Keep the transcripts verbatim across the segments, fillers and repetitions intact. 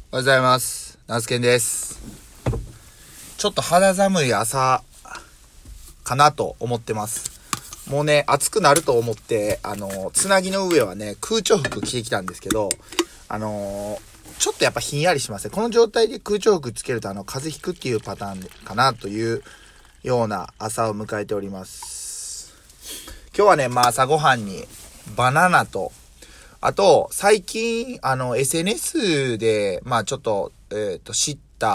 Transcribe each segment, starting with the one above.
おはようございます。ナスケンです。ちょっと肌寒い朝かなと思ってます。もうね、暑くなると思って、あの、つなぎの上はね、空調服着てきたんですけど、あのー、ちょっとやっぱひんやりしますね。この状態で空調服つけると、あの、風邪ひくっていうパターンかなというような朝を迎えております。今日はね、まあ朝ごはんにバナナと、あと、最近、あの、エスエヌエス で、まあちょっと、えっと、知った、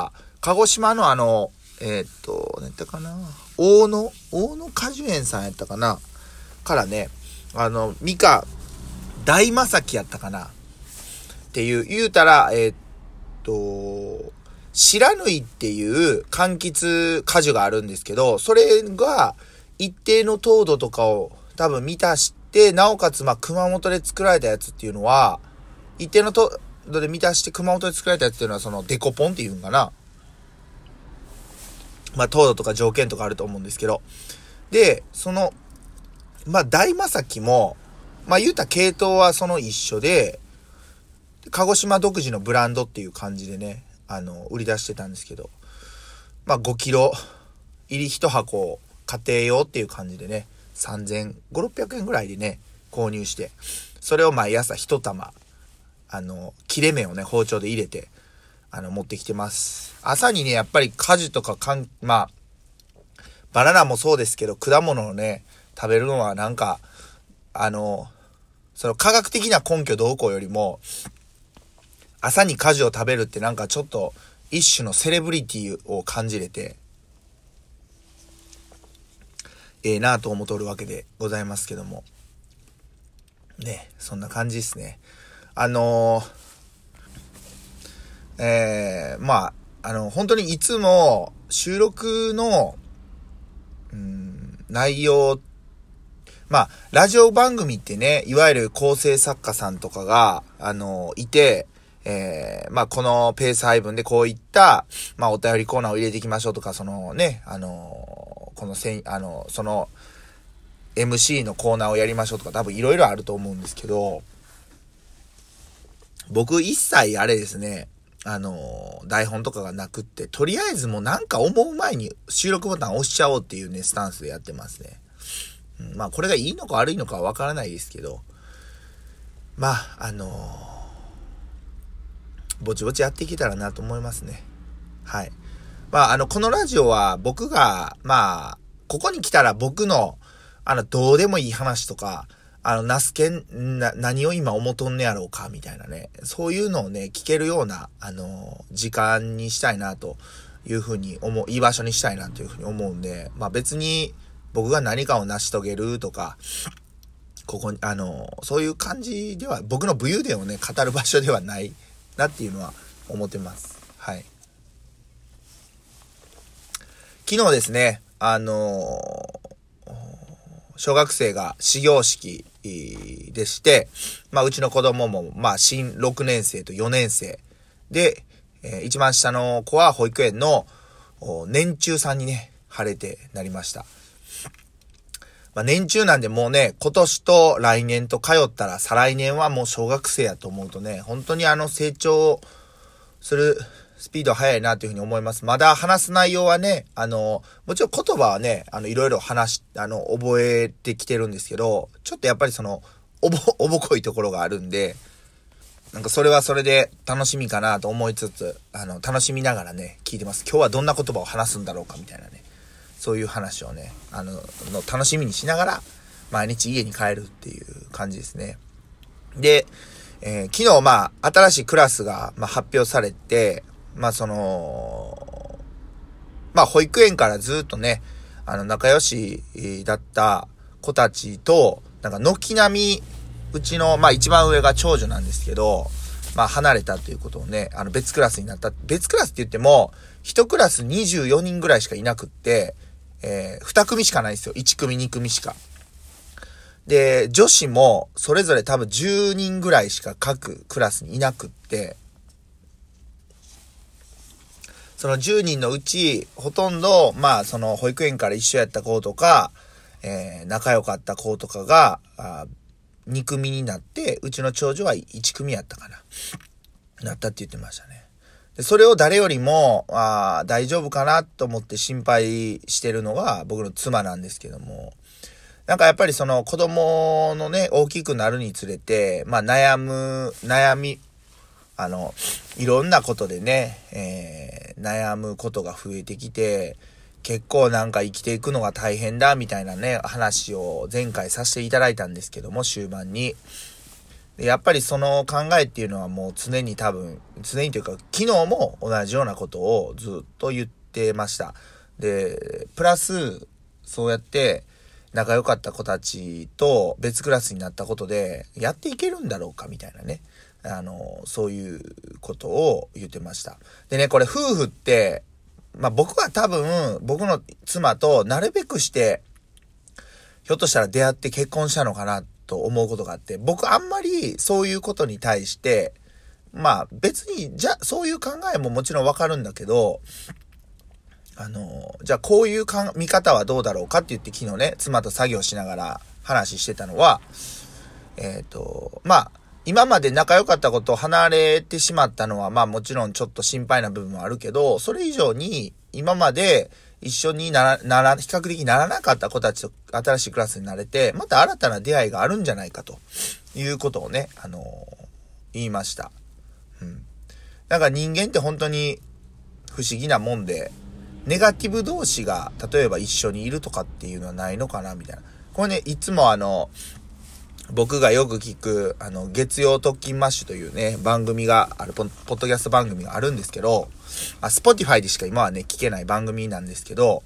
鹿児島のあの、えっと、何やったかな、大野、大野果樹園さんやったかなからね、あの、ミカ、大正やったかなっていう、言うたら、えっと、白縫いっていう柑橘果樹があるんですけど、それが一定の糖度とかを多分満たして、で、なおかつ、まあ、熊本で作られたやつっていうのは、一定の糖度で満たして熊本で作られたやつっていうのは、その、デコポンっていうんかな。まあ、糖度とか条件とかあると思うんですけど。で、その、まあ、大正も、まあ、言うたら系統はその一緒で、鹿児島独自のブランドっていう感じでね、あの、売り出してたんですけど、まあ、ごキロ入りいち箱家庭用っていう感じでね、さんぜんごひゃく、ろっぴゃくえんぐらいでね、購入して、それを毎朝一玉、あの、切れ目をね、包丁で入れて、あの、持ってきてます。朝にね、やっぱり果樹とかかん、まあ、バナナもそうですけど、果物をね、食べるのはなんか、あの、その科学的な根拠どうこうよりも、朝に果樹を食べるってなんかちょっと、一種のセレブリティを感じれて、ええなぁと思っとるわけでございますけども。ね、そんな感じですね。あのー、えー、まあ、あの、本当にいつも収録の、うん、内容、まあ、ラジオ番組ってね、いわゆる構成作家さんとかが、あのー、いて、えー、まあ、このペース配分でこういった、まあ、お便りコーナーを入れていきましょうとか、そのね、あのー、このせん、あの、その、エムシー のコーナーをやりましょうとか多分いろいろあると思うんですけど、僕一切あれですね、あのー、台本とかがなくって、とりあえずもうなんか思う前に収録ボタン押しちゃおうっていうね、スタンスでやってますね。うん、まあこれがいいのか悪いのかはわからないですけど、まあ、あのー、ぼちぼちやっていけたらなと思いますね。はい。まあ、あの、このラジオは僕が、まあ、ここに来たら僕の、あの、どうでもいい話とか、あの、ナスケン、な、何を今思とんねやろうか、みたいなね。そういうのをね、聞けるような、あの、時間にしたいな、というふうに思う、いい場所にしたいな、というふうに思うんで、まあ別に、僕が何かを成し遂げるとか、ここに、あの、そういう感じでは、僕の武勇伝をね、語る場所ではないなっていうのは思ってます。はい。昨日ですね、あのー、小学生が始業式でして、まあうちの子供も、まあ新ろくねん生とよねん生で、えー、一番下の子は保育園の年中さんにね、晴れてなりました。まあ年中なんでもうね、今年と来年と通ったら再来年はもう小学生やと思うとね、本当にあの成長するスピード速いなというふうに思います。まだ話す内容はね、あの、もちろん言葉はね、あの、いろいろ話し、あの、覚えてきてるんですけど、ちょっとやっぱりその、おぼ、おぼこいところがあるんで、なんかそれはそれで楽しみかなと思いつつ、あの、楽しみながらね、聞いてます。今日はどんな言葉を話すんだろうかみたいなね、そういう話をね、あの、の楽しみにしながら、毎日家に帰るっていう感じですね。で、えー、昨日まあ、新しいクラスが、まあ、発表されて、まあその、まあ保育園からずっとね、あの仲良しだった子たちと、なんか軒並み、うちの、まあ一番上が長女なんですけど、まあ離れたということをね、あの別クラスになった。別クラスって言っても、一クラスにじゅうよにんぐらいしかいなくって、えー、に組しかないんですよ。いち組に組しか。で、女子もそれぞれ多分じゅうにんぐらいしか各クラスにいなくって、そのじゅうにんのうち、ほとんど、まあ、その保育園から一緒やった子とか、えー、仲良かった子とかが、あに組になって、うちの長女はいち組やったかな。なったって言ってましたね。 でそれを誰よりも、あ大丈夫かなと思って心配してるのが僕の妻なんですけども、なんかやっぱりその子供のね、大きくなるにつれて、まあ悩む、悩み、あの、いろんなことでね、えー、悩むことが増えてきて、結構なんか生きていくのが大変だみたいなね、話を前回させていただいたんですけども、終盤に。でやっぱりその考えっていうのはもう常に多分、常にというか昨日も同じようなことをずっと言ってました。で、プラス、そうやって仲良かった子たちと別クラスになったことで、やっていけるんだろうかみたいなね。あの、そういうことを言ってました。でね、これ夫婦って、まあ僕は多分、僕の妻となるべくして、ひょっとしたら出会って結婚したのかなと思うことがあって、僕あんまりそういうことに対して、まあ別に、じゃ、そういう考えももちろんわかるんだけど、あの、じゃあこういうか見方はどうだろうかって言って昨日ね、妻と作業しながら話してたのは、えっと、まあ、今まで仲良かったことを離れてしまったのは、まあもちろんちょっと心配な部分もあるけど、それ以上に今まで一緒になら、なら、比較的ならなかった子たちと新しいクラスになれて、また新たな出会いがあるんじゃないかということをね、あのー、言いました。うん。なんか人間って本当に不思議なもんで、ネガティブ同士が例えば一緒にいるとかっていうのはないのかなみたいな。これね、いつもあの、僕がよく聞く、あの、月曜特勤マッシュというね、番組がある、ポッドキャスト番組があるんですけど、あ、スポティファイでしか今はね、聞けない番組なんですけど、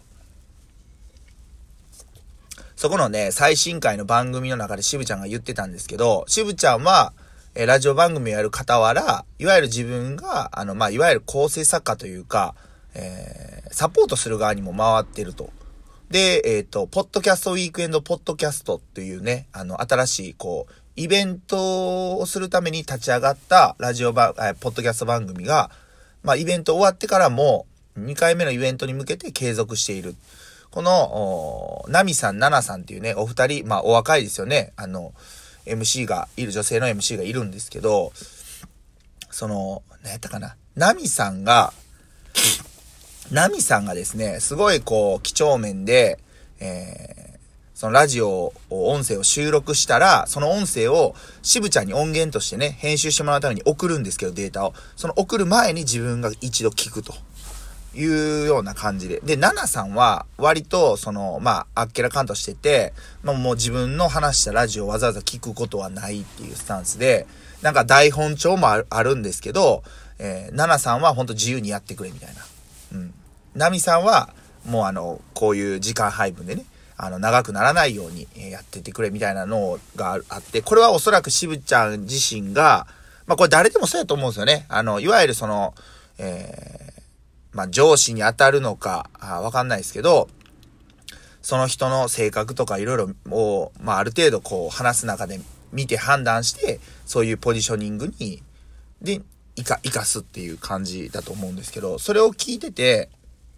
そこのね、最新回の番組の中で渋ちゃんが言ってたんですけど、渋ちゃんは、え、ラジオ番組をやる傍ら、いわゆる自分が、あの、まあ、いわゆる構成作家というか、えー、サポートする側にも回ってると。で、えっと、ポッドキャストウィークエンドポッドキャストっていうね、あの、新しい、こう、イベントをするために立ち上がったラジオ番、え、ポッドキャスト番組が、まあ、イベント終わってからも、にかいめのイベントに向けて継続している。この、ナミさん、ナナさんっていうね、お二人、まあ、お若いですよね。あの、エムシー がいる、女性の エムシー がいるんですけど、その、何やったかな。ナミさんが、ナミさんがですね、すごいこう、几帳面で、えー、そのラジオを、音声を収録したら、その音声を渋ちゃんに音源としてね、編集してもらうために送るんですけど、データを。その送る前に自分が一度聞くというような感じで。で、ナナさんは割と、その、まあ、あっけらかんとしてて、まあ、もう自分の話したラジオをわざわざ聞くことはないっていうスタンスで、なんか台本帳もある、あるんですけど、えー、ナナさんはほんと自由にやってくれみたいな。うん。ナミさんは、もうあの、こういう時間配分でね、あの、長くならないようにやっててくれみたいなのがあって、これはおそらく渋ちゃん自身が、まあこれ誰でもそうやと思うんですよね。あの、いわゆるその、えー、まあ上司に当たるのか、あわかんないですけど、その人の性格とかいろいろを、まあある程度こう話す中で見て判断して、そういうポジショニングに、で、生か、生かすっていう感じだと思うんですけど、それを聞いてて、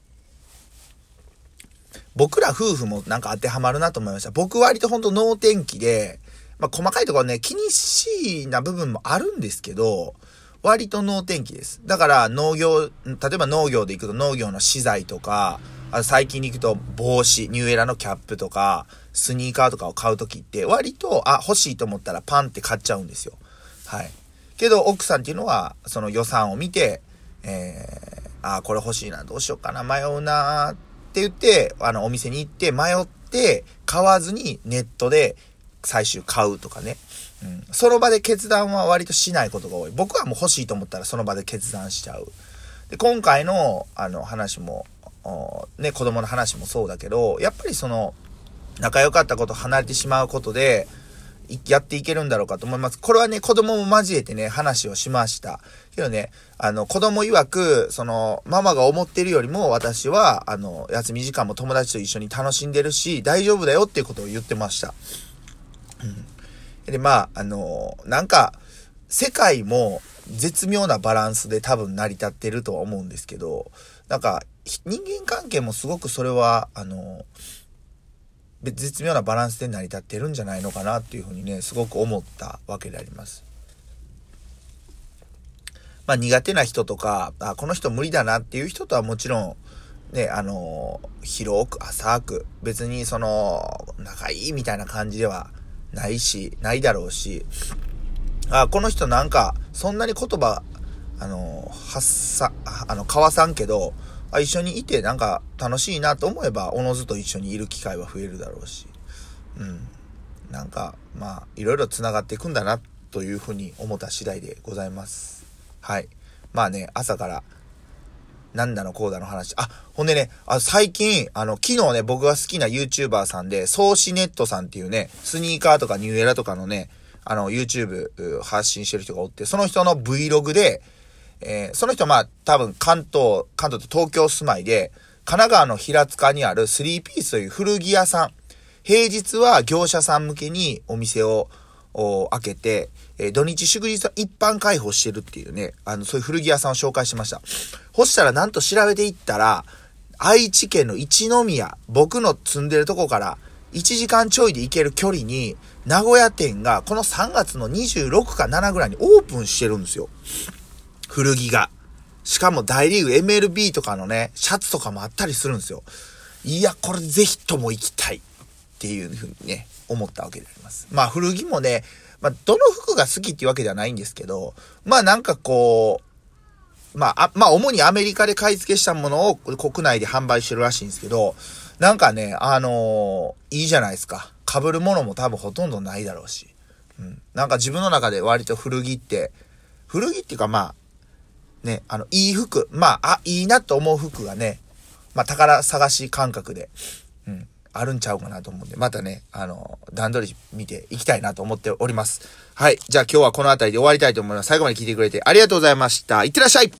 僕ら夫婦もなんか当てはまるなと思いました。僕割とほんと能天気で、まあ細かいところね、気にしいな部分もあるんですけど、割と能天気です。だから農業、例えば農業で行くと農業の資材とか、あと最近に行くと帽子、ニューエラのキャップとか、スニーカーとかを買うときって割と、あ、欲しいと思ったらパンって買っちゃうんですよ。はい。けど奥さんっていうのは、その予算を見て、えー、あ、これ欲しいな、どうしようかな、迷うなって言って、あの、お店に行って迷って、買わずにネットで最終買うとかね。うん。その場で決断は割としないことが多い。僕はもう欲しいと思ったらその場で決断しちゃう。で、今回の、あの、話も、ね、子供の話もそうだけど、やっぱりその、仲良かったこと離れてしまうことで、やっていけるんだろうかと思います。これはね、子供も交えてね、話をしました。けどね、あの、子供曰く、その、ママが思ってるよりも私は、あの、休み時間も友達と一緒に楽しんでるし、大丈夫だよっていうことを言ってました。うん。で、まあ、あの、なんか、世界も絶妙なバランスで多分成り立ってるとは思うんですけど、なんか、人間関係もすごくそれは、あの、絶妙なバランスで成り立ってるんじゃないのかなっていうふうにね、すごく思ったわけであります。ままあ苦手な人とか、あ、この人無理だなっていう人とはもちろん、ね、あのー、広く浅く、別にその、仲いいみたいな感じではないし、ないだろうし、あ、この人なんか、そんなに言葉、あのー、発さ、あの、交わさんけど、あ、一緒にいてなんか楽しいなと思えば、おのずと一緒にいる機会は増えるだろうし、うん。なんか、まあ、いろいろ繋がっていくんだな、というふうに思った次第でございます。はい。まあね、朝から、なんだのこうだの話。あ、ほんでね、あ、最近、あの、昨日ね、僕が好きな YouTuber さんで、ソーシネットさんっていうね、スニーカーとかニューエラとかのね、あの、YouTube 発信してる人がおって、その人の Vlog で、えー、その人まあ、多分関東、関東と東京住まいで、神奈川の平塚にあるスリーピースという古着屋さん。平日は業者さん向けにお店を開けて、えー、土日祝日は一般開放してるっていうね、あの、そういう古着屋さんを紹介しました。そしたらなんと調べていったら、愛知県の一宮、僕の住んでるとこからいちじかんちょいで行ける距離に、名古屋店がこのさんがつのにじゅうろくかななぐらいにオープンしてるんですよ。古着が。しかも大リーグ エムエルビー とかのね、シャツとかもあったりするんですよ。いや、これぜひとも行きたいっていうふうにね、思ったわけであります。まあ古着もね、まあどの服が好きっていうわけではないんですけど、まあなんかこう、まあ、あまあ主にアメリカで買い付けしたものを国内で販売してるらしいんですけど、なんかね、あのー、いいじゃないですか。被るものも多分ほとんどないだろうし。うん。なんか自分の中で割と古着って、古着っていうかまあ、ね、あの、いい服、まあ、あ、いいなと思う服がね、まあ宝探し感覚で、うん、あるんちゃうかなと思うんで、またね、あの、段取り見ていきたいなと思っております。はい。じゃあ今日はこの辺りで終わりたいと思います。最後まで聞いてくれてありがとうございました。いってらっしゃい。